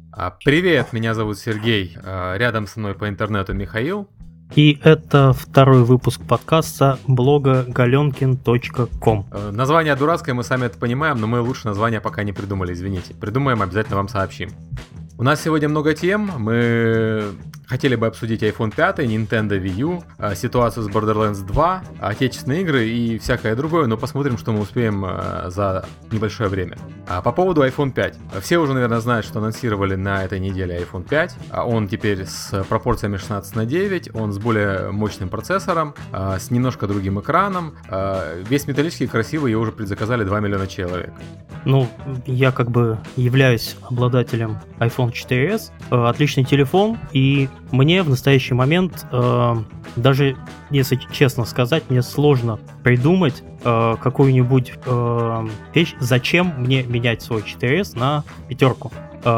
Привет, меня зовут Сергей, рядом со мной по интернету Михаил. И это второй выпуск подкаста блога galenkin.com. Название дурацкое, мы сами это понимаем, но мы лучше название пока не придумали, извините. Придумаем, обязательно вам сообщим. У нас сегодня много тем, мы хотели бы обсудить iPhone 5, Nintendo Wii U, ситуацию с Borderlands 2, отечественные игры и всякое другое, но посмотрим, что мы успеем за небольшое время. По поводу iPhone 5. Все уже, наверное, знают, что анонсировали на этой неделе iPhone 5. Он теперь с пропорциями 16:9, он с более мощным процессором, с немножко другим экраном. Весь металлический, красивый, его уже предзаказали 2 миллиона человек. Ну, я как бы являюсь обладателем iPhone 4s, отличный телефон, и мне в настоящий момент, даже если честно сказать, мне сложно придумать какую-нибудь вещь, зачем мне менять свой 4s на пятерку.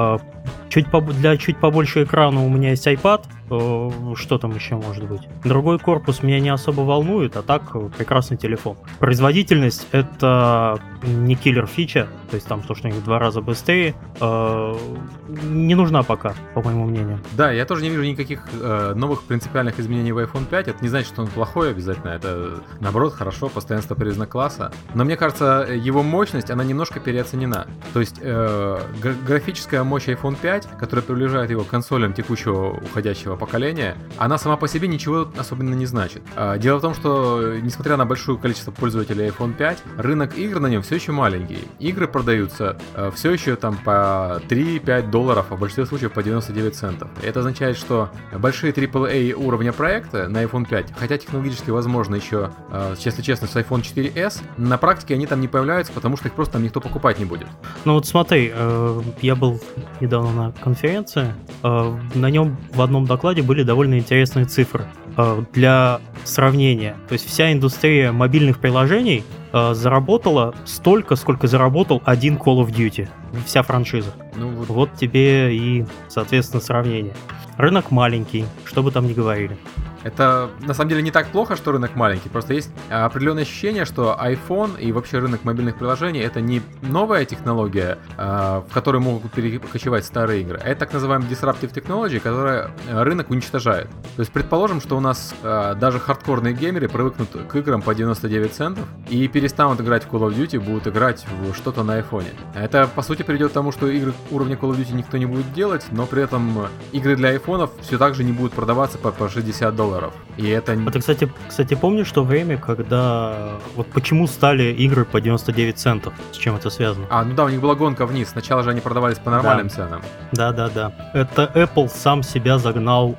Для чуть побольше экрана у меня есть iPad, что там еще может быть? Другой корпус меня не особо волнует, а так прекрасный телефон. Производительность — это не киллер фича, то есть там то, что они в 2 раза быстрее, не нужна пока, по моему мнению. Да, я тоже не вижу никаких новых принципиальных изменений в iPhone 5, это не значит, что он плохой обязательно, это наоборот хорошо, постоянство признак класса, но мне кажется, его мощность, она немножко переоценена, то есть графическая мощь iPhone 5, которая приближает его к консолям текущего уходящего поколения, она сама по себе ничего особенно не значит. Дело в том, что несмотря на большое количество пользователей iPhone 5, рынок игр на нем все еще маленький. Игры продаются все еще там по $3-5, а в большинстве случаев по 99 центов. Это означает, что большие AAA уровня проекта на iPhone 5, хотя технологически возможно еще, если честно, с iPhone 4s, на практике они там не появляются, потому что их просто там никто покупать не будет. Ну вот смотри, я был недавно на конференции, на нем в одном докладе были довольно интересные цифры для сравнения. То есть вся индустрия мобильных приложений заработала столько, сколько заработал один Call of Duty. Вся франшиза. Вот тебе и, соответственно, сравнение. Рынок маленький, что бы там ни говорили. Это на самом деле не так плохо, что рынок маленький, просто есть определенное ощущение, что iPhone и вообще рынок мобильных приложений это не новая технология, в которой могут перекочевать старые игры, а это так называемый disruptive technology, которая рынок уничтожает. То есть предположим, что у нас даже хардкорные геймеры привыкнут к играм по 99 центов и перестанут играть в Call of Duty, будут играть в что-то на iPhone. Это по сути приведет к тому, что игры уровня Call of Duty никто не будет делать, но при этом игры для iPhone все так же не будут продаваться по $60. И это... А ты, кстати, помнишь то время, когда... Вот почему стали игры по 99 центов? С чем это связано? Ну да, у них была гонка вниз. Сначала же они продавались по нормальным ценам. Да. Это Apple сам себя загнал,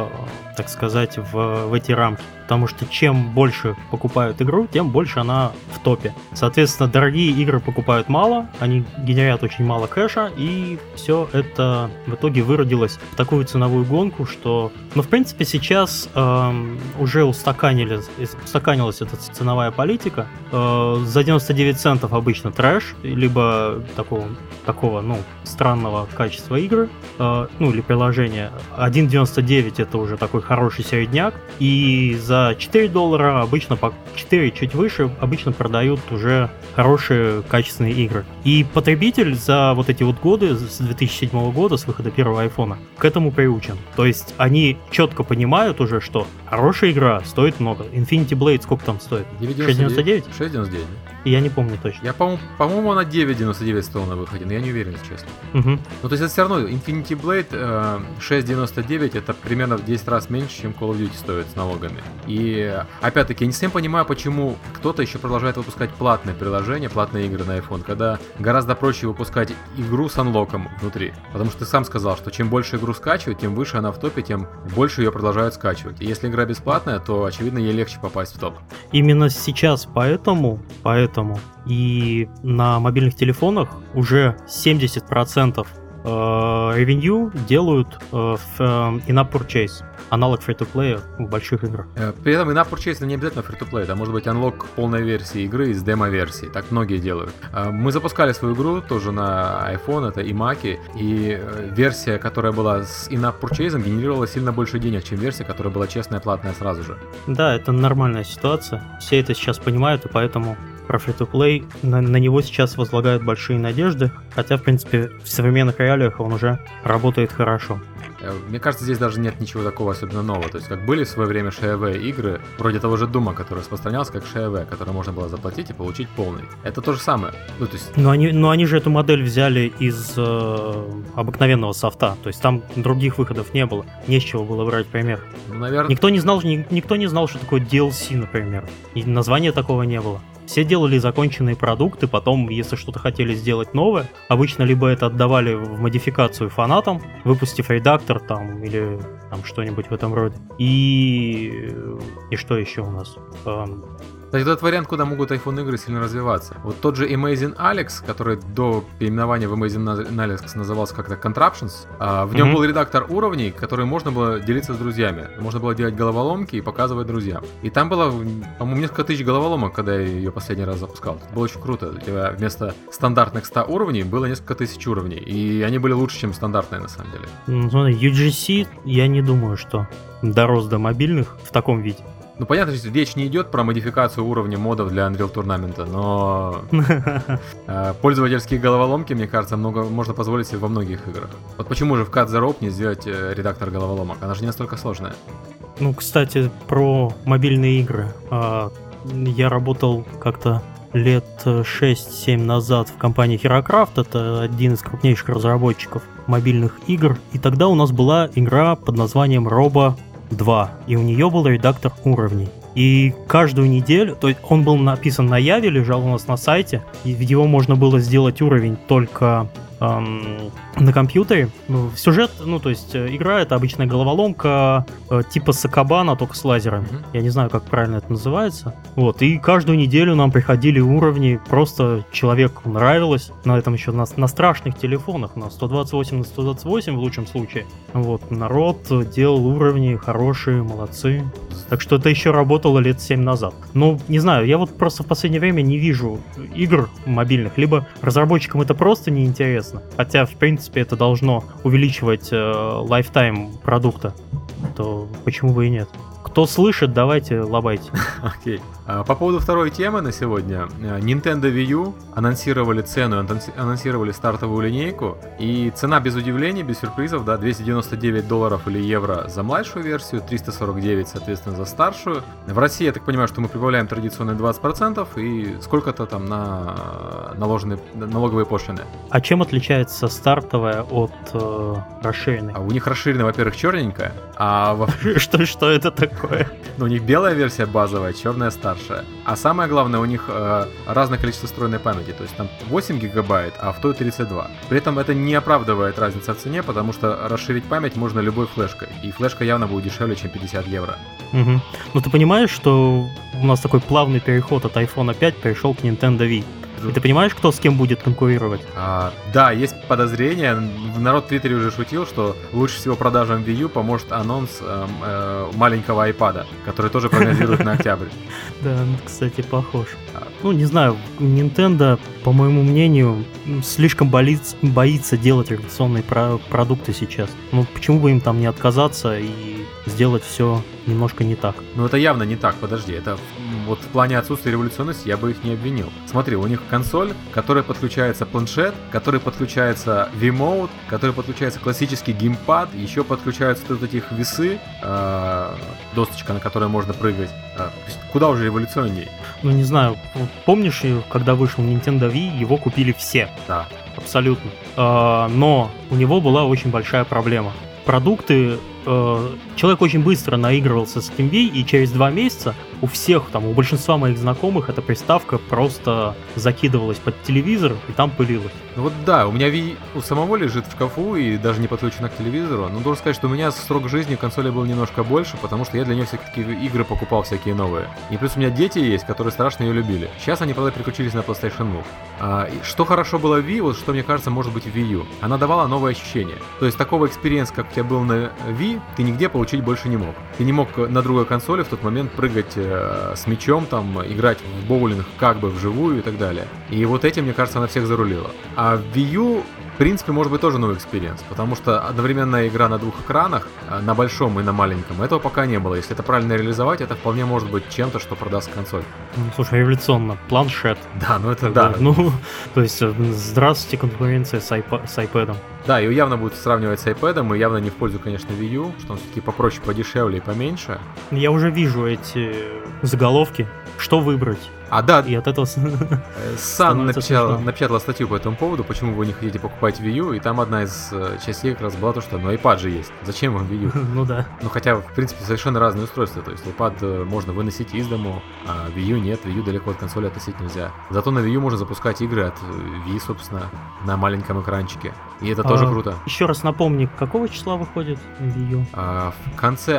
так сказать, в эти рамки. Потому что чем больше покупают игру, тем больше она в топе. Соответственно, дорогие игры покупают мало, они генерят очень мало кэша, и все это в итоге выродилось в такую ценовую гонку, что... Ну, в принципе, сейчас уже устаканилась эта ценовая политика. За 99 центов обычно трэш, либо такого, странного качества игры, или приложения. 1.99 это уже такой хороший середняк, и за $4 обычно, по 4 чуть выше, обычно продают уже хорошие качественные игры. И потребитель за вот эти вот годы, с 2007 года, с выхода первого айфона, к этому приучен. То есть они четко понимают уже, что хорошая игра стоит много. Infinity Blade сколько там стоит? 6.99? 6.99. Я не помню точно. Я, по-моему, она 9.99 стоила на выходе, но я не уверен, если честно. Угу. Ну, то есть это все равно Infinity Blade 6.99 это примерно в 10 раз меньше, чем Call of Duty стоит с налогами. И, опять-таки, я не совсем понимаю, почему кто-то еще продолжает выпускать платные приложения, платные игры на iPhone, когда гораздо проще выпускать игру с анлоком внутри. Потому что ты сам сказал, что чем больше игру скачивают, тем выше она в топе, тем больше ее продолжают скачивать. И если игра бесплатная, то, очевидно, ей легче попасть в топ. Именно сейчас поэтому и на мобильных телефонах уже 70% revenue делают в in-app purchase, аналог free-to-play в больших играх. При этом in-app purchase это не обязательно free-to-play, это может быть unlock полной версии игры из демо-версии, так многие делают. Мы запускали свою игру тоже на iPhone, это и Mac, и версия, которая была с in-app purchase, генерировала сильно больше денег, чем версия, которая была честная, платная сразу же. Да, это нормальная ситуация, все это сейчас понимают, и поэтому про Free-to-Play, на него сейчас возлагают большие надежды, хотя, в принципе, в современных реалиях он уже работает хорошо. Мне кажется, здесь даже нет ничего такого особенно нового. То есть, как были в свое время Share игры, вроде того же Дума, который распространялся как Share, который можно было заплатить и получить полный. Это то же самое. Ну, то есть... но они же эту модель взяли из обыкновенного софта. То есть там других выходов не было. Не с чего было брать пример. Ну, наверное... Никто не знал, что такое DLC, например. И названия такого не было. Все делали законченные продукты, потом, если что-то хотели сделать новое, обычно либо это отдавали в модификацию фанатам, выпустив редактор там или там что-нибудь в этом роде. И что еще у нас? Кстати, этот вариант, куда могут iPhone игры сильно развиваться. Вот тот же Amazing Alex, который до переименования в Amazing Alex назывался как-то Contraptions, в нем был редактор уровней, который можно было делиться с друзьями. Можно было делать головоломки и показывать друзьям. И там было, по-моему, несколько тысяч головоломок, когда я ее последний раз запускал. Это было очень круто. У тебя вместо стандартных 100 уровней было несколько тысяч уровней. И они были лучше, чем стандартные на самом деле. Смотри, UGC, я не думаю, что дорос до мобильных в таком виде. Ну, понятно, что речь не идет про модификацию уровня модов для Unreal Tournament, но пользовательские головоломки, мне кажется, можно позволить себе во многих играх. Вот почему же в Cut the Rope не сделать редактор головоломок? Она же не настолько сложная. Ну, кстати, про мобильные игры. Я работал как-то лет 6-7 назад в компании HeroCraft, это один из крупнейших разработчиков мобильных игр, и тогда у нас была игра под названием Robo 2, и у нее был редактор уровней. И каждую неделю, то есть он был написан на Яве, лежал у нас на сайте, и в его можно было сделать уровень только на компьютере. Сюжет, ну то есть игра это обычная головоломка типа Сакабана, только с лазерами. Я не знаю, как правильно это называется. Вот, и каждую неделю нам приходили уровни, просто человеку нравилось, на этом еще на страшных телефонах, на 128 на 128 в лучшем случае. Вот, народ делал уровни хорошие, молодцы. Так что это еще работало лет 7 назад. Ну, не знаю, я вот просто в последнее время не вижу игр мобильных, либо разработчикам это просто неинтересно, хотя, в принципе, это должно увеличивать лайфтайм продукта, то почему бы и нет? Кто слышит, давайте лобайте. Окей. По поводу второй темы на сегодня. Nintendo Wii U анонсировали цену, анонсировали стартовую линейку. И цена без удивлений, без сюрпризов, да, $299 или евро за младшую версию, 349, соответственно, за старшую. В России, я так понимаю, что мы прибавляем традиционные 20% и сколько-то там на наложенные налоговые пошлины. А чем отличается стартовая от расширенной? У них расширенная, во-первых, черненькая, Что это такое? Ну, у них белая версия базовая, черная старшая. А самое главное, у них разное количество встроенной памяти. То есть там 8 гигабайт, а в той 32. При этом это не оправдывает разницу в цене, потому что расширить память можно любой флешкой. И флешка явно будет дешевле, чем 50 евро. Угу. Ну ты понимаешь, что у нас такой плавный переход от iPhone 5 перешел к Nintendo Wii. И ты понимаешь, кто с кем будет конкурировать? Да, есть подозрение. Народ в Твиттере уже шутил, что лучше всего продажам Wii U поможет анонс маленького iPad, который тоже прогнозируют на октябрь. Да, кстати, похож. Ну, не знаю, Nintendo, по моему мнению, слишком боится делать революционные продукты сейчас. Ну, почему бы им там не отказаться и сделать все немножко не так? Ну, это явно не так, подожди. Это вот в плане отсутствия революционности я бы их не обвинил. Смотри, у них консоль, к которой подключается планшет, к которой подключается Wiimote, к которой подключается классический геймпад, еще подключаются вот этих весы, досточка, на которой можно прыгать. Куда уже революционней? Ну, не знаю, помнишь, когда вышел Nintendo Wii, его купили все. Да. Абсолютно. Но у него была очень большая проблема. Продукты, человек очень быстро наигрывался с этим Wii, и через 2 месяца у всех, там, у большинства моих знакомых эта приставка просто закидывалась под телевизор и там пылилась. Ну вот да, у меня Wii у самого лежит в шкафу и даже не подключена к телевизору, но должен сказать, что у меня срок жизни консоли был немножко больше, потому что я для нее всякие игры покупал всякие новые. И плюс у меня дети есть, которые страшно ее любили. Сейчас они, правда, переключились на PlayStation Move. Что хорошо было в Wii, вот что мне кажется может быть в Wii U, она давала новые ощущения. То есть такого экспириенса, как у тебя был на Wii, ты нигде получить больше не мог. Ты не мог на другой консоли в тот момент прыгать с мячом, там, играть в боулинг как бы вживую и так далее. И вот этим, мне кажется, она всех зарулила. А в Wii U в принципе, может быть тоже новый экспириенс, потому что одновременная игра на двух экранах, на большом и на маленьком, этого пока не было. Если это правильно реализовать, это вполне может быть чем-то, что продаст консоль. Ну, слушай, революционно. Планшет. Да, ну это да. Ну, то есть, здравствуйте, конкуренция с iPad. Да, его явно будут сравнивать с iPad, и явно не в пользу, конечно, Wii U, что он все-таки попроще, подешевле и поменьше. Я уже вижу эти заголовки. Что выбрать? А да, и от этого Сан напечатала статью по этому поводу, почему вы не хотите покупать Wii U, и там одна из частей как раз была то, что iPad же есть, зачем вам Wii U? Ну да. Ну хотя, в принципе, совершенно разные устройства, то есть iPad можно выносить из дому, а Wii U нет, Wii U далеко от консоли относить нельзя. Зато на Wii U можно запускать игры от Wii, собственно, на маленьком экранчике, и это тоже круто. Еще раз напомни, какого числа выходит Wii U? В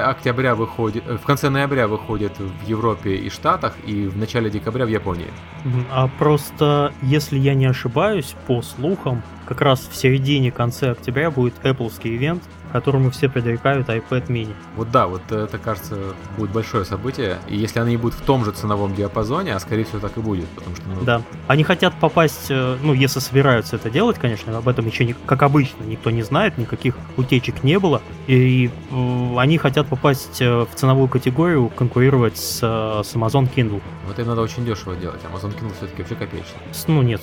конце ноября выходит в Европе и Штатах, и в начале декабря в Японии. А просто, если я не ошибаюсь, по слухам, как раз в середине-конце октября будет Apple'ский ивент, которому все предрекают iPad mini. Вот да, вот это, кажется, будет большое событие, и если они будут в том же ценовом диапазоне, а скорее всего так и будет, потому что... Да, они хотят попасть, если собираются это делать, конечно, об этом еще, как обычно, никто не знает, никаких утечек не было, и они хотят попасть в ценовую категорию, конкурировать с Amazon Kindle. Вот им надо очень дешево делать, Amazon Kindle все-таки вообще копеечный. Нет,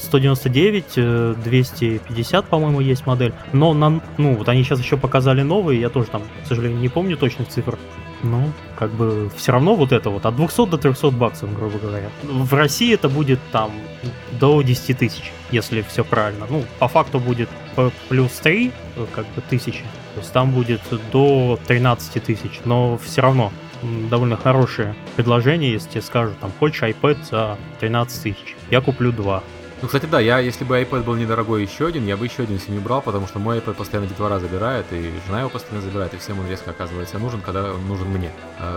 199, 250, по-моему, есть модель, но вот они сейчас еще показали новые, я тоже там, к сожалению, не помню точных цифр. Ну, как бы все равно вот это вот от 200 до 300 баксов, грубо говоря. В России это будет там до 10 тысяч, если все правильно. Ну, по факту будет плюс 3, как бы, тысячи. То есть там будет до 13 тысяч, но все равно довольно хорошее предложение, если тебе скажут, там, хочешь iPad за 13 тысяч, я куплю 2. Ну, кстати, да, если бы iPad был недорогой еще один, я бы еще один себе брал, потому что мой iPad постоянно детвора забирает, и жена его постоянно забирает, и всем он резко оказывается нужен, когда он нужен мне.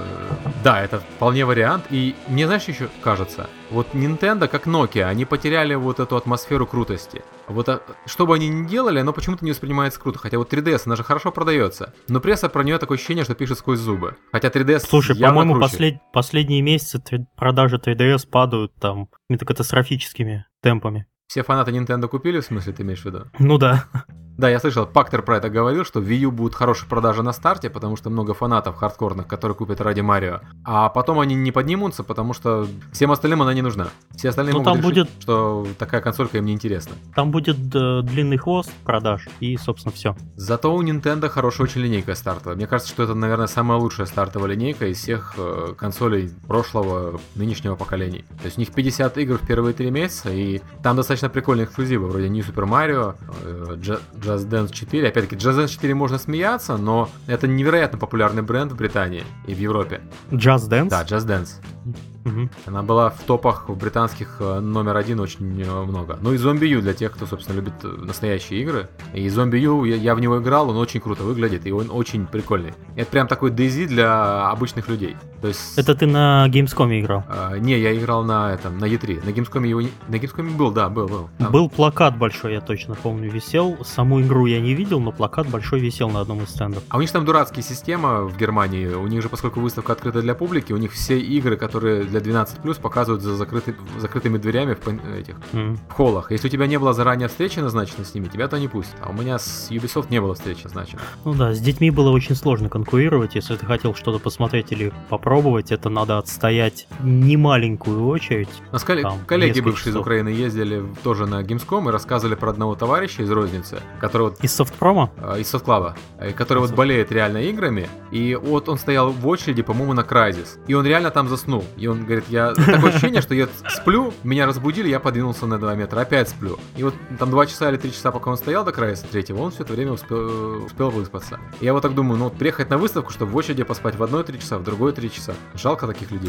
Да, это вполне вариант, и мне, знаешь, еще кажется, вот Nintendo, как Nokia, они потеряли вот эту атмосферу крутости. Вот что бы они ни делали, оно почему-то не воспринимается круто, хотя вот 3DS, она же хорошо продается, но пресса про нее такое ощущение, что пишет сквозь зубы, хотя 3DS Слушай, явно по-моему, круче. последние месяцы продажи 3DS падают там катастрофическими темпами. Все фанаты Nintendo купили, в смысле, ты имеешь в виду? Ну да. Да, я слышал, Пактер про это говорил, что Wii U будут хорошие продажи на старте, потому что много фанатов хардкорных, которые купят ради Марио. А потом они не поднимутся, потому что всем остальным она не нужна. Все остальные могут решить, что такая консолька им не интересна. Там будет длинный хвост продаж и, собственно, все. Зато у Nintendo хорошая очень линейка стартовая. Мне кажется, что это, наверное, самая лучшая стартовая линейка из всех консолей прошлого, нынешнего поколений. То есть у них 50 игр в первые 3 месяца, и там достаточно прикольные эксклюзивы, вроде New Super Mario, Just Dance 4. Опять-таки, Just Dance 4 можно смеяться, но это невероятно популярный бренд в Британии и в Европе. Just Dance? Да, Just Dance. Угу. Она была в топах британских номер 1 очень много. Ну и Zombie U для тех, кто, собственно, любит настоящие игры. И Zombie U, я в него играл, он очень круто выглядит, и он очень прикольный. Это прям такой DayZ для обычных людей. То есть... Это ты на Gamescom играл? Не, я играл на E3. На Gamescom на Gamescom был, да, был. Там... Был плакат большой, я точно помню, висел. Саму игру я не видел, но плакат большой висел на одном из стендов. А у них там дурацкая система в Германии. У них же, поскольку выставка открыта для публики, у них все игры, которые для 12+, показывают за закрытыми дверями в холлах. Если у тебя не было заранее встречи назначена с ними, тебя то не пустят. А у меня с Ubisoft не было встречи назначена. Ну да, с детьми было очень сложно конкурировать. Если ты хотел что-то посмотреть или попробовать, это надо отстоять немаленькую очередь. У нас коллеги бывшие из Украины ездили тоже на Gamescom и рассказывали про одного товарища из розницы, который вот... Из Софтпрома? Из Софтклаба, который вот болеет реально играми. И вот он стоял в очереди, по-моему, на Crysis. И он реально там заснул. И он говорит, такое ощущение, что я сплю, меня разбудили, я подвинулся на 2 метра, опять сплю. И вот там 2 часа или 3 часа, пока он стоял до Crysis 3, он все это время успел выспаться. И я вот так думаю, вот приехать на выставку, чтобы в очереди поспать в одной 3 часа, в другой 3 часа. Жалко таких людей.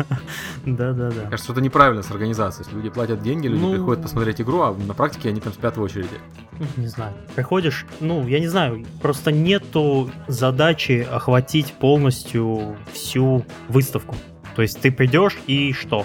Да. Кажется, что это неправильно с организацией. Люди платят деньги, люди приходят посмотреть игру, а на практике они там спят в очереди. Не знаю. Приходишь, я не знаю, просто нету задачи охватить полностью всю выставку. То есть ты придешь и что?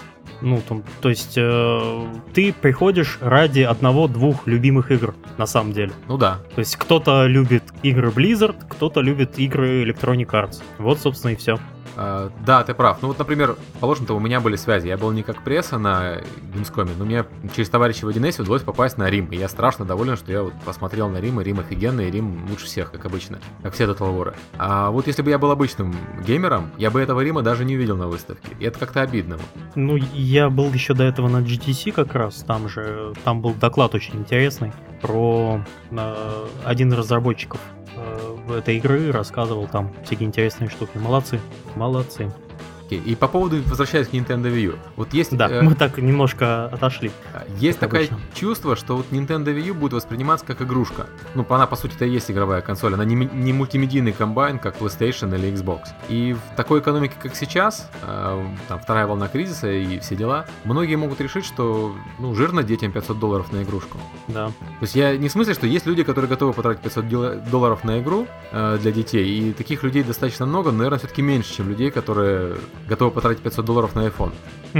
Ты приходишь ради 1-2 любимых игр, на самом деле. Ну да. То есть кто-то любит игры Blizzard, кто-то любит игры Electronic Arts. Вот, собственно, и все. Да, ты прав. Ну вот, например, положим-то, у меня были связи. Я был не как пресса на Gamescom, но мне через товарища в 1С удалось попасть на Рим. И я страшно доволен, что я вот посмотрел на Рим, и Рим офигенный, и Рим лучше всех, как обычно, как все Total War. А вот если бы я был обычным геймером, я бы этого Рима даже не увидел на выставке. И это как-то обидно. Ну, я был еще до этого на GTC как раз, там был доклад очень интересный про один из разработчиков этой игры, рассказывал там всякие интересные штуки. Молодцы. И по поводу, возвращаясь к Nintendo Wii U, вот есть... Да, мы так немножко отошли. Есть такое чувство, что вот Nintendo Wii U будет восприниматься как игрушка. Ну, она, по сути, это и есть игровая консоль. Она не мультимедийный комбайн, как PlayStation или Xbox. И в такой экономике, как сейчас, там вторая волна кризиса и все дела, многие могут решить, что, жирно детям $500 на игрушку. Да. То есть я не в смысле, что есть люди, которые готовы потратить $500 на игру для детей, и таких людей достаточно много, но, наверное, все-таки меньше, чем людей, которые готовы потратить $500 на iPhone.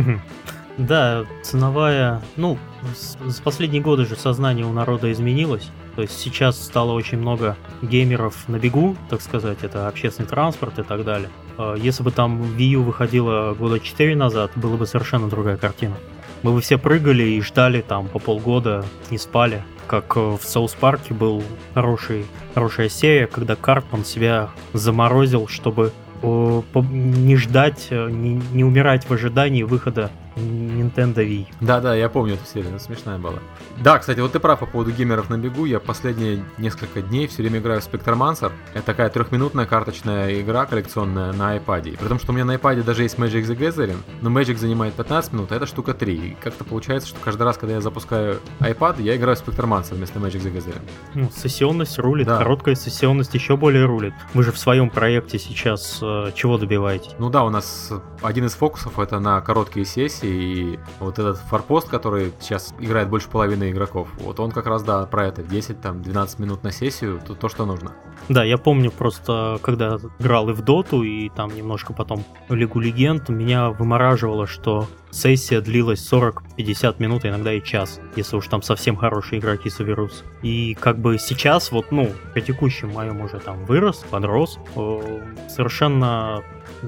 Да, ценовая... с последние годы же сознание у народа изменилось. То есть сейчас стало очень много геймеров на бегу, так сказать, это общественный транспорт и так далее. Если бы там Wii U выходила года 4 назад, была бы совершенно другая картина. Мы бы все прыгали и ждали там по полгода, не спали. Как в Саус Парке был хорошая серия, когда Картман себя заморозил, чтобы не ждать, не умирать в ожидании выхода Nintendo Wii. Да, я помню эту серию, она смешная была. Да, кстати, вот ты прав по поводу геймеров на бегу. Я последние несколько дней все время играю в Spectromancer. Это такая 3-минутная карточная игра коллекционная на iPad. И при том, что у меня на iPad даже есть Magic the Gathering, но Magic занимает 15 минут, а эта штука 3. И как-то получается, что каждый раз, когда я запускаю iPad, я играю в Spectromancer вместо Magic the Gathering. Сессионность рулит, да. Короткая сессионность еще более рулит. Вы же в своем проекте сейчас чего добиваетесь? Ну да, у нас один из фокусов это на короткие сессии, и вот этот форпост, который сейчас играет больше половины игроков, вот он как раз, да, про это, 10-12 минут на сессию, то, что нужно. Да, я помню просто, когда играл и в Доту, и там немножко потом в Лигу Легенд, меня вымораживало, что сессия длилась 40-50 минут, а иногда и час, если уж там совсем хорошие игроки соберутся. И как бы сейчас, по текущему моем уже там вырос, подрос, совершенно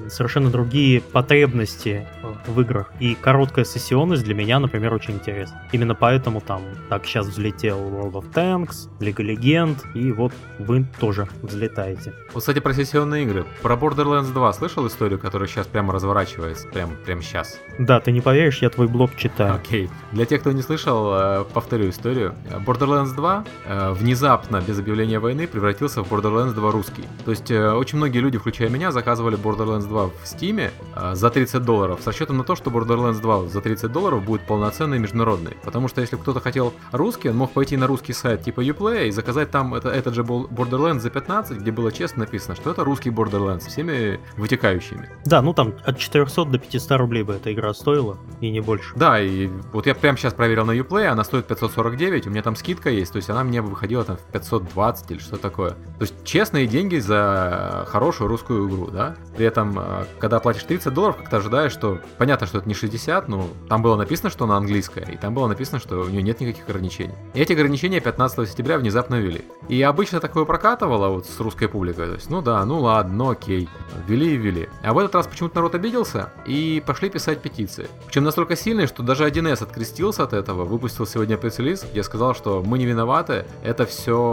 другие потребности в играх. И короткая сессионность для меня, например, очень интересна. Именно поэтому там так сейчас взлетел World of Tanks, Лига Легенд, и вот вы тоже взлетаете. Вот, кстати, про сессионные игры. Про Borderlands 2 слышал историю, которая сейчас прямо разворачивается? Прямо сейчас. Да, ты не поверишь, я твой блог читаю. Окей. Для тех, кто не слышал, повторю историю. Borderlands 2 внезапно, без объявления войны, превратился в Borderlands 2 русский. То есть очень многие люди, включая меня, заказывали Borderlands 2 в Steam за $30 с расчетом на то, что Borderlands 2 за $30 будет полноценный международный. Потому что если кто-то хотел русский, он мог пойти на русский сайт типа Uplay и заказать там этот же Borderlands за 15, где было честно написано, что это русский Borderlands со всеми вытекающими. Да, там от 400 до 500 рублей бы эта игра стоила, и не больше. Да, и вот я прямо сейчас проверил на Uplay, она стоит 549, у меня там скидка есть, то есть она мне выходила там в 520 или что такое. То есть честные деньги за хорошую русскую игру, да? При этом, когда платишь $30, как ты ожидаешь, что понятно, что это не 60, но там было написано, что она английская, и там было написано, что у нее нет никаких ограничений. И эти ограничения 15 сентября внезапно ввели. И обычно такое прокатывало вот с русской публикой, то есть, ладно, окей, ввели. А в этот раз почему-то народ обиделся и пошли писать петиции. Причем настолько сильные, что даже 1С открестился от этого, выпустил сегодня пресс-релиз, где сказал, что мы не виноваты, это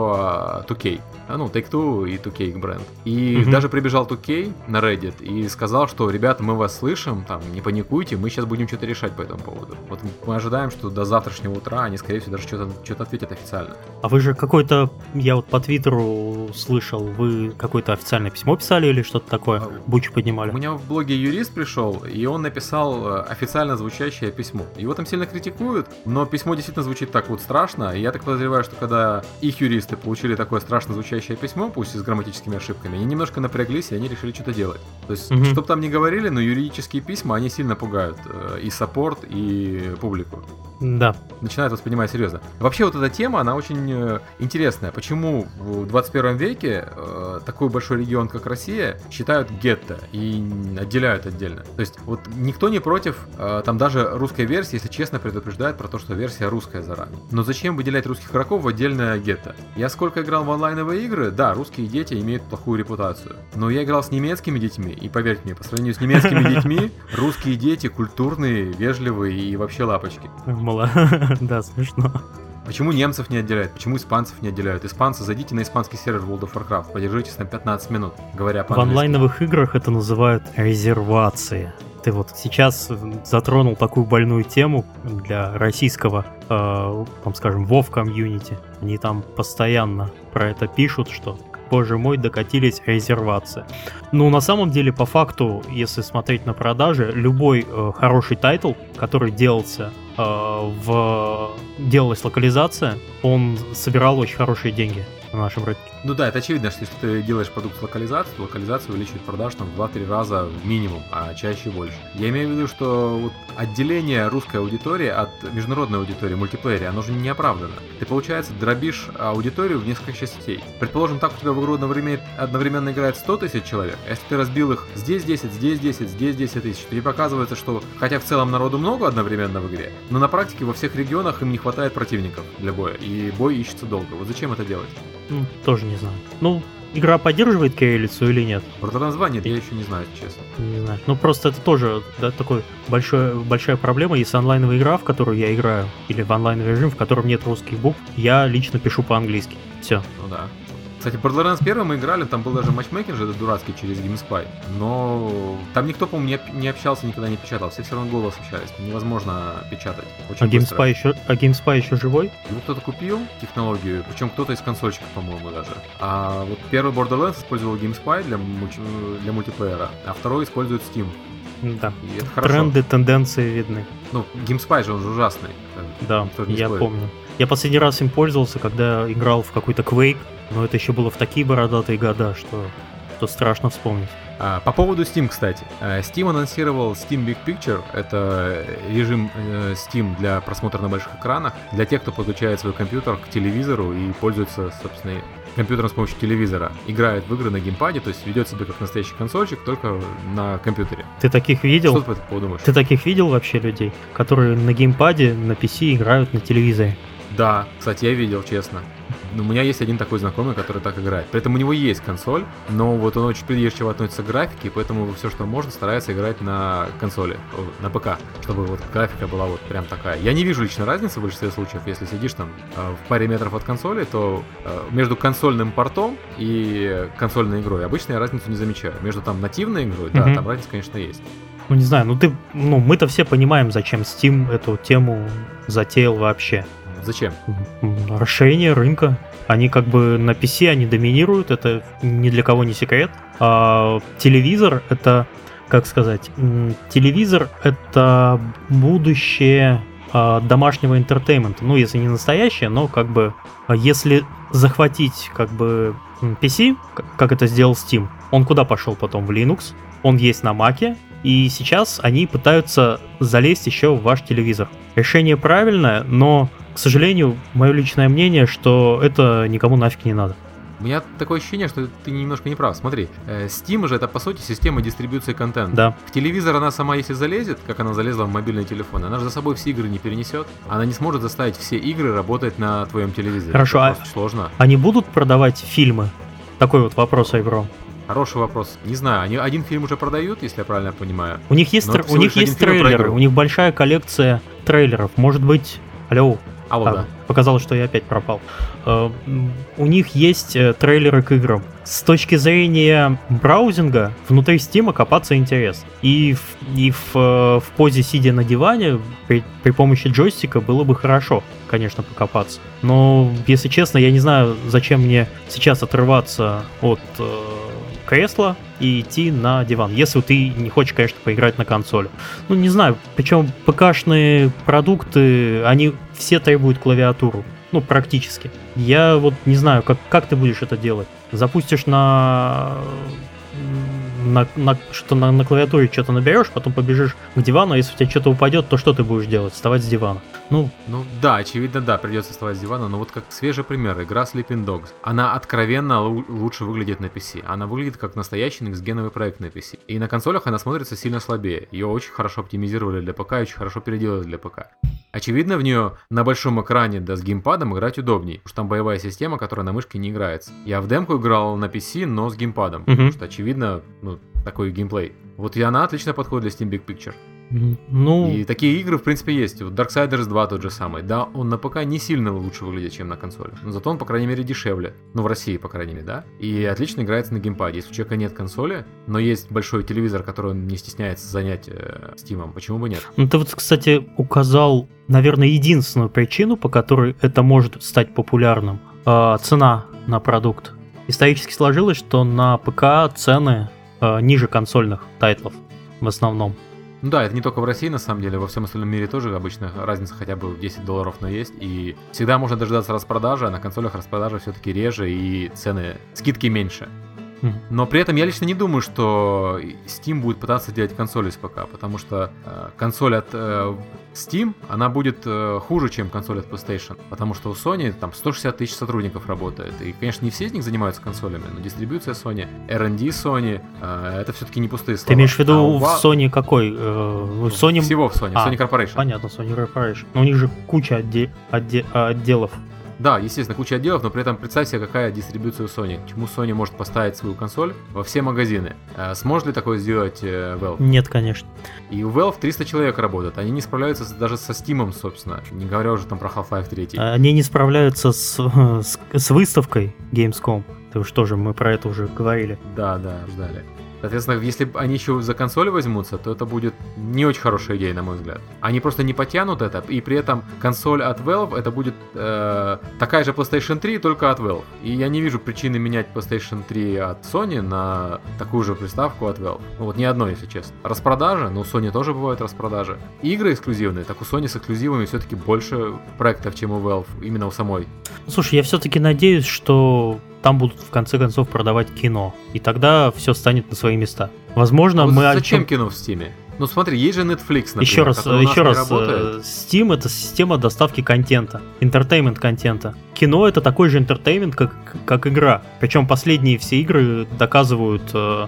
все 2K. Take-Two и 2K бренд. И даже прибежал 2K на Reddit и сказал, что, ребята, мы вас слышим, там, не паникуйте, мы сейчас будем что-то решать по этому поводу. Вот мы ожидаем, что до завтрашнего утра они, скорее всего, даже что-то ответят официально. А вы же я вот по Твиттеру слышал, вы какое-то официальное письмо писали или что-то такое? Бучу поднимали? У меня в блоге юрист пришел, и он написал официально звучащее письмо. Его там сильно критикуют, но письмо действительно звучит так вот страшно, и я так подозреваю, что когда их юристы получили такое страшно звучащее письмо, пусть и с грамматическими ошибками, они немножко напряглись, и они решили что-то делать. То есть, что бы там ни говорили, но юридические письма, они сильно пугают и саппорт, и публику. Да. Начинают воспринимать серьезно. Вообще вот эта тема, она очень интересная. Почему в 21 веке такой большой регион, как Россия, считают гетто и отделяют отдельно. То есть вот никто не против, там даже русская версия, если честно, предупреждает про то, что версия русская заранее. Но зачем выделять русских игроков в отдельное гетто? Я сколько играл в онлайновые игры, да, русские дети имеют плохую репутацию. Но я играл с немецкими детьми, и поверьте мне, по сравнению с немецкими детьми, русские дети культурные, вежливые и вообще лапочки. Да, смешно. Почему немцев не отделяют? Почему испанцев не отделяют? Испанцы, зайдите на испанский сервер World of Warcraft, подержитесь на 15 минут, говоря по-английски. В онлайновых играх это называют резервации. Ты вот сейчас затронул такую больную тему для российского, там, скажем, WoW комьюнити. Они там постоянно про это пишут, что, боже мой, докатились резервации. Ну, на самом деле, по факту, если смотреть на продажи, любой хороший тайтл, который делался, делалась локализация, он собирал очень хорошие деньги на нашем рынке. Ну да, это очевидно, что если ты делаешь продукт с локализацией, то локализация увеличивает продаж там в 2-3 раза минимум, а чаще больше. Я имею в виду, что вот отделение русской аудитории от международной аудитории в мультиплеере, оно же не оправдано. Ты, получается, дробишь аудиторию в несколько частей. Предположим, так у тебя в игру одновременно играет 100 тысяч человек, а если ты разбил их здесь 10, здесь 10, здесь 10 тысяч, то тебе показывается, что хотя в целом народу много одновременно в игре, но на практике во всех регионах им не хватает противников для боя, и бой ищется долго. Вот зачем это делать? Тоже не знаю. Ну, игра поддерживает кириллицу или нет? Про название я еще не знаю, честно. Не знаю. Ну, просто это тоже, да, такой большая проблема. Если онлайновая игра, в которую я играю, или в онлайновый режим, в котором нет русских букв, я лично пишу по-английски. Все. Ну да. Кстати, Borderlands 1 мы играли, там был даже матчмейкер же дурацкий через GameSpy, но там никто, по-моему, не общался, никогда не печатал, все равно голос общались, невозможно печатать. А GameSpy еще живой? Ну, кто-то купил технологию, причем кто-то из консольщиков, по-моему, даже. А вот первый Borderlands использовал GameSpy для мультиплеера, а второй использует Steam. Да, тренды, тенденции видны. Ну, GameSpy же, он же ужасный. Да, я помню. Я последний раз им пользовался, когда играл в какой-то Quake, но это еще было в такие бородатые года, что страшно вспомнить. По поводу Steam, кстати. Steam анонсировал Steam Big Picture. Это режим Steam для просмотра на больших экранах. Для тех, кто подключает свой компьютер к телевизору и пользуется, собственно, компьютером с помощью телевизора. Играет в игры на геймпаде, то есть ведет себя как настоящий консольщик, только на компьютере. Ты таких видел? Что ты по этому поводу думаешь? Ты таких видел вообще людей, которые на геймпаде, на PC играют на телевизоре? Да, кстати, я видел, честно. У меня есть один такой знакомый, который так играет. При этом у него есть консоль, но вот он очень придирчиво относится к графике, поэтому все, что можно, старается играть на консоли, на ПК, чтобы вот графика была вот прям такая. Я не вижу лично разницы в большинстве случаев. Если сидишь там в паре метров от консоли, то между консольным портом и консольной игрой обычно я разницу не замечаю. Между там нативной игрой, да, там разница, конечно, есть. Ну, не знаю, мы-то все понимаем, зачем Steam эту тему затеял вообще. Зачем? Расширение рынка. Они как бы на PC они доминируют, это ни для кого не секрет. А телевизор это, как сказать, телевизор это будущее домашнего интертеймента. Ну, если не настоящее, но как бы если захватить как бы PC, как это сделал Steam, он куда пошел потом? В Linux, он есть на Mac'е, и сейчас они пытаются залезть еще в ваш телевизор. Решение правильное, но, к сожалению, мое личное мнение, что это никому нафиг не надо. У меня такое ощущение, что ты немножко не прав. Смотри, Steam же это по сути система дистрибьюции контента. Да. В телевизор она сама если залезет, как она залезла в мобильный телефон, она же за собой все игры не перенесет. Она не сможет заставить все игры работать на твоем телевизоре. Хорошо, это просто сложно. Они будут продавать фильмы? Такой вот вопрос, Айбро. Хороший вопрос. Не знаю, они один фильм уже продают, если я правильно понимаю. У них есть трейлеры, у них большая коллекция трейлеров. Может быть... Алло, да. Показалось, что я опять пропал. У них есть трейлеры к играм. С точки зрения браузинга, внутри Steam копаться интересно. И в позе сидя на диване при помощи джойстика было бы хорошо, конечно, покопаться. Но, если честно, я не знаю, зачем мне сейчас отрываться от кресла и идти на диван, если ты не хочешь, конечно, поиграть на консоли. Ну, не знаю, причем ПК-шные продукты, они все требуют клавиатуру. Ну, практически. Я вот не знаю, как ты будешь это делать. Запустишь на что на клавиатуре что-то наберешь, потом побежишь к дивану, а если у тебя что-то упадет, то что ты будешь делать? Вставать с дивана. Ну да, очевидно, да, придется вставать с дивана, но вот как свежий пример, игра Sleeping Dogs, она откровенно лучше выглядит на PC. Она выглядит как настоящий next-геновый проект на PC. И на консолях она смотрится сильно слабее. Ее очень хорошо оптимизировали для ПК, очень хорошо переделали для ПК. Очевидно, в нее на большом экране, да, с геймпадом играть удобней, потому что там боевая система, которая на мышке не играется. Я в демку играл на PC, но с геймпадом, потому что, очевидно, такой геймплей. Вот и она отлично подходит для Steam Big Picture. Ну... И такие игры, в принципе, есть. Вот Darksiders 2 тот же самый. Да, он на ПК не сильно лучше выглядит, чем на консоли. Но зато он, по крайней мере, дешевле. Ну, в России, по крайней мере, да. И отлично играется на геймпаде. Если у человека нет консоли, но есть большой телевизор, который он не стесняется занять Steam'ом, почему бы нет? Ну, ты вот, кстати, указал, наверное, единственную причину, по которой это может стать популярным. Цена на продукт. Исторически сложилось, что на ПК цены ниже консольных тайтлов в основном. Ну да, это не только в России, на самом деле, во всем остальном мире тоже обычно разница хотя бы в $10, но есть, и всегда можно дождаться распродажи, а на консолях распродажи все-таки реже и цены, скидки меньше. Но при этом я лично не думаю, что Steam будет пытаться делать консоль из ПК, потому что консоль от Steam, она будет хуже, чем консоль от PlayStation, потому что у Sony там 160 тысяч сотрудников работает, и, конечно, не все из них занимаются консолями, но дистрибьюция Sony, R&D Sony, это все-таки не пустые слова. Ты имеешь в виду в Sony какой? Sony... Всего в Sony, Sony Corporation. Понятно, Sony Corporation. Но у них же куча отделов. Да, естественно, куча отделов, но при этом представь себе, какая дистрибьюция у Sony. Чему Sony может поставить свою консоль во все магазины. Сможет ли такое сделать Valve? Нет, конечно. И у Valve 300 человек работают. Они не справляются даже со Steam, собственно. Не говоря уже там про Half-Life 3. Они не справляются с выставкой Gamescom. Ты уж тоже, мы про это уже говорили. Да, ждали. Соответственно, если они еще за консоль возьмутся, то это будет не очень хорошая идея, на мой взгляд. Они просто не потянут это, и при этом консоль от Valve это будет такая же PlayStation 3, только от Valve. И я не вижу причины менять PlayStation 3 от Sony на такую же приставку от Valve. Ну вот ни одной, если честно. Распродажа, у Sony тоже бывают распродажи. Игры эксклюзивные, так у Sony с эксклюзивами все-таки больше проектов, чем у Valve, именно у самой. Слушай, я все-таки надеюсь, что там будут в конце концов продавать кино, и тогда все станет на свои места. Возможно, Зачем кино в Steam? Ну смотри, есть же Netflix, например, еще раз, работает. Steam — это система доставки контента, entertainment контента. Кино — это такой же entertainment, как игра. Причем последние все игры доказывают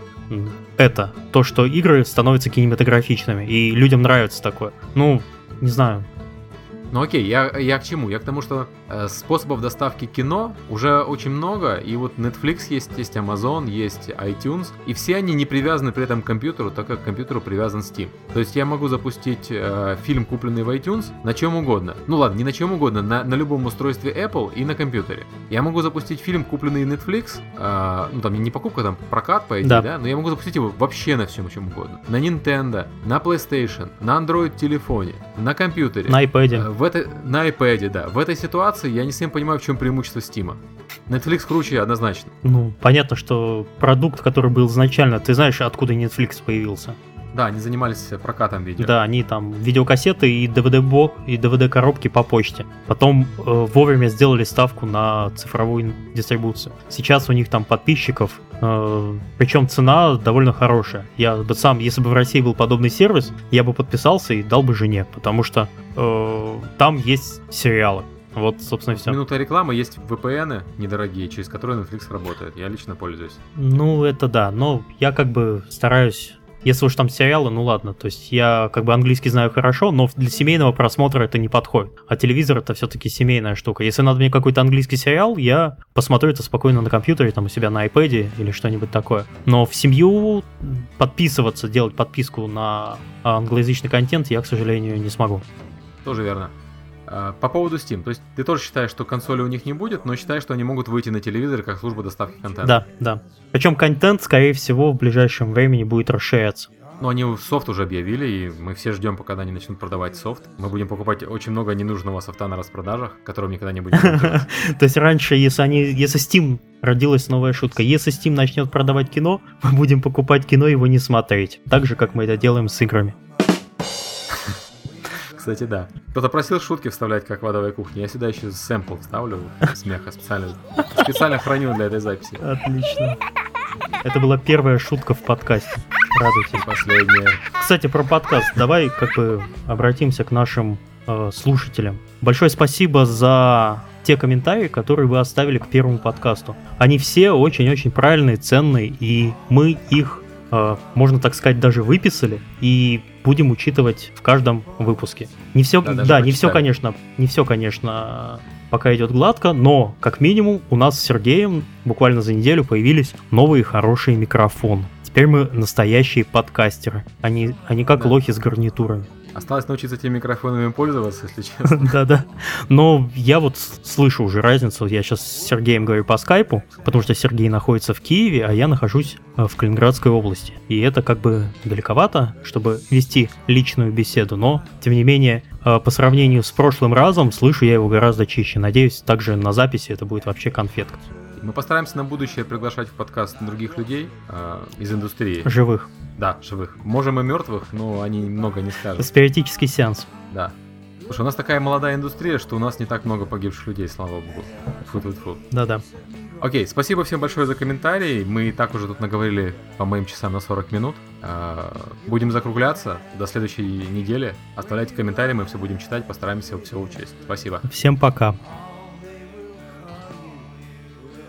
то, что игры становятся кинематографичными, и людям нравится такое. Ну, не знаю. Ну окей, я к чему? Я к тому, что способов доставки кино уже очень много, и вот Netflix есть Amazon, есть iTunes, и все они не привязаны при этом к компьютеру, так как к компьютеру привязан Steam. То есть я могу запустить фильм, купленный в iTunes, на чем угодно. Ну ладно, не на чем угодно, на любом устройстве Apple и на компьютере. Я могу запустить фильм, купленный Netflix, ну там не покупка, там прокат, по идее, да, но я могу запустить его вообще на всем, чем угодно. На Nintendo, на PlayStation, на Android-телефоне, на компьютере. На iPad. На iPad, да. В этой ситуации я не совсем понимаю, в чем преимущество Steam. Netflix круче однозначно. Ну, понятно, что продукт, который был изначально, ты знаешь, откуда Netflix появился? Да, они занимались прокатом видео. Да, они там видеокассеты и DVD-бок, и DVD-коробки по почте. Потом вовремя сделали ставку на цифровую дистрибуцию. Сейчас у них там подписчиков, причем цена довольно хорошая. Я бы сам, если бы в России был подобный сервис, я бы подписался и дал бы жене, потому что там есть сериалы. Вот, собственно, все. Минута рекламы, есть VPN недорогие, через которые Netflix работает. Я лично пользуюсь. Ну, это да, но я как бы стараюсь... Если уж там сериалы, ну ладно, то есть я как бы английский знаю хорошо, но для семейного просмотра это не подходит. А телевизор — это все-таки семейная штука. Если надо мне какой-то английский сериал, я посмотрю это спокойно на компьютере, там у себя на iPad или что-нибудь такое. Но в семью подписываться, делать подписку на англоязычный контент я, к сожалению, не смогу. Тоже верно. По поводу Steam, то есть ты тоже считаешь, что консоли у них не будет, но считаешь, что они могут выйти на телевизор как служба доставки контента? Да. Причем контент, скорее всего, в ближайшем времени будет расширяться. Ну, они софт уже объявили, и мы все ждем, пока они начнут продавать софт. Мы будем покупать очень много ненужного софта на распродажах, которым никогда не будем пользоваться. То есть раньше, если Steam, родилась новая шутка, если Steam начнет продавать кино, мы будем покупать кино и его не смотреть. Так же, как мы это делаем с играми. Кстати, да. Кто-то просил шутки вставлять, как в адовой кухне. Я сюда еще сэмпл вставлю смеха специально храню для этой записи. Отлично. Это была первая шутка в подкасте. Радуйтесь. Последняя. Кстати, про подкаст. Давай как бы обратимся к нашим слушателям. Большое спасибо за те комментарии, которые вы оставили к первому подкасту. Они все очень-очень правильные, ценные, и мы их, можно так сказать, даже выписали и будем учитывать в каждом выпуске. Не все, не все, конечно, пока идет гладко, но как минимум у нас с Сергеем буквально за неделю появились новые хорошие микрофоны. Теперь мы настоящие подкастеры, а не как лохи с гарнитурами. Осталось научиться этими микрофонами пользоваться, если честно. Да-да. Но я вот слышу уже разницу. Я сейчас с Сергеем говорю по скайпу, потому что Сергей находится в Киеве, а я нахожусь в Калининградской области. И это как бы далековато, чтобы вести личную беседу, но, тем не менее, по сравнению с прошлым разом, слышу я его гораздо чище. Надеюсь, также на записи это будет вообще конфетка. Мы постараемся на будущее приглашать в подкаст других людей из индустрии. Живых. Да, живых. Можем и мертвых, но они много не скажут. Спиритический сеанс. Да. Слушай, у нас такая молодая индустрия, что у нас не так много погибших людей, слава богу. Фу-фу-фу. Да-да. Окей, спасибо всем большое за комментарии. Мы и так уже тут наговорили по моим часам на 40 минут. Будем закругляться до следующей недели. Оставляйте комментарии, мы все будем читать, постараемся все учесть. Спасибо. Всем пока.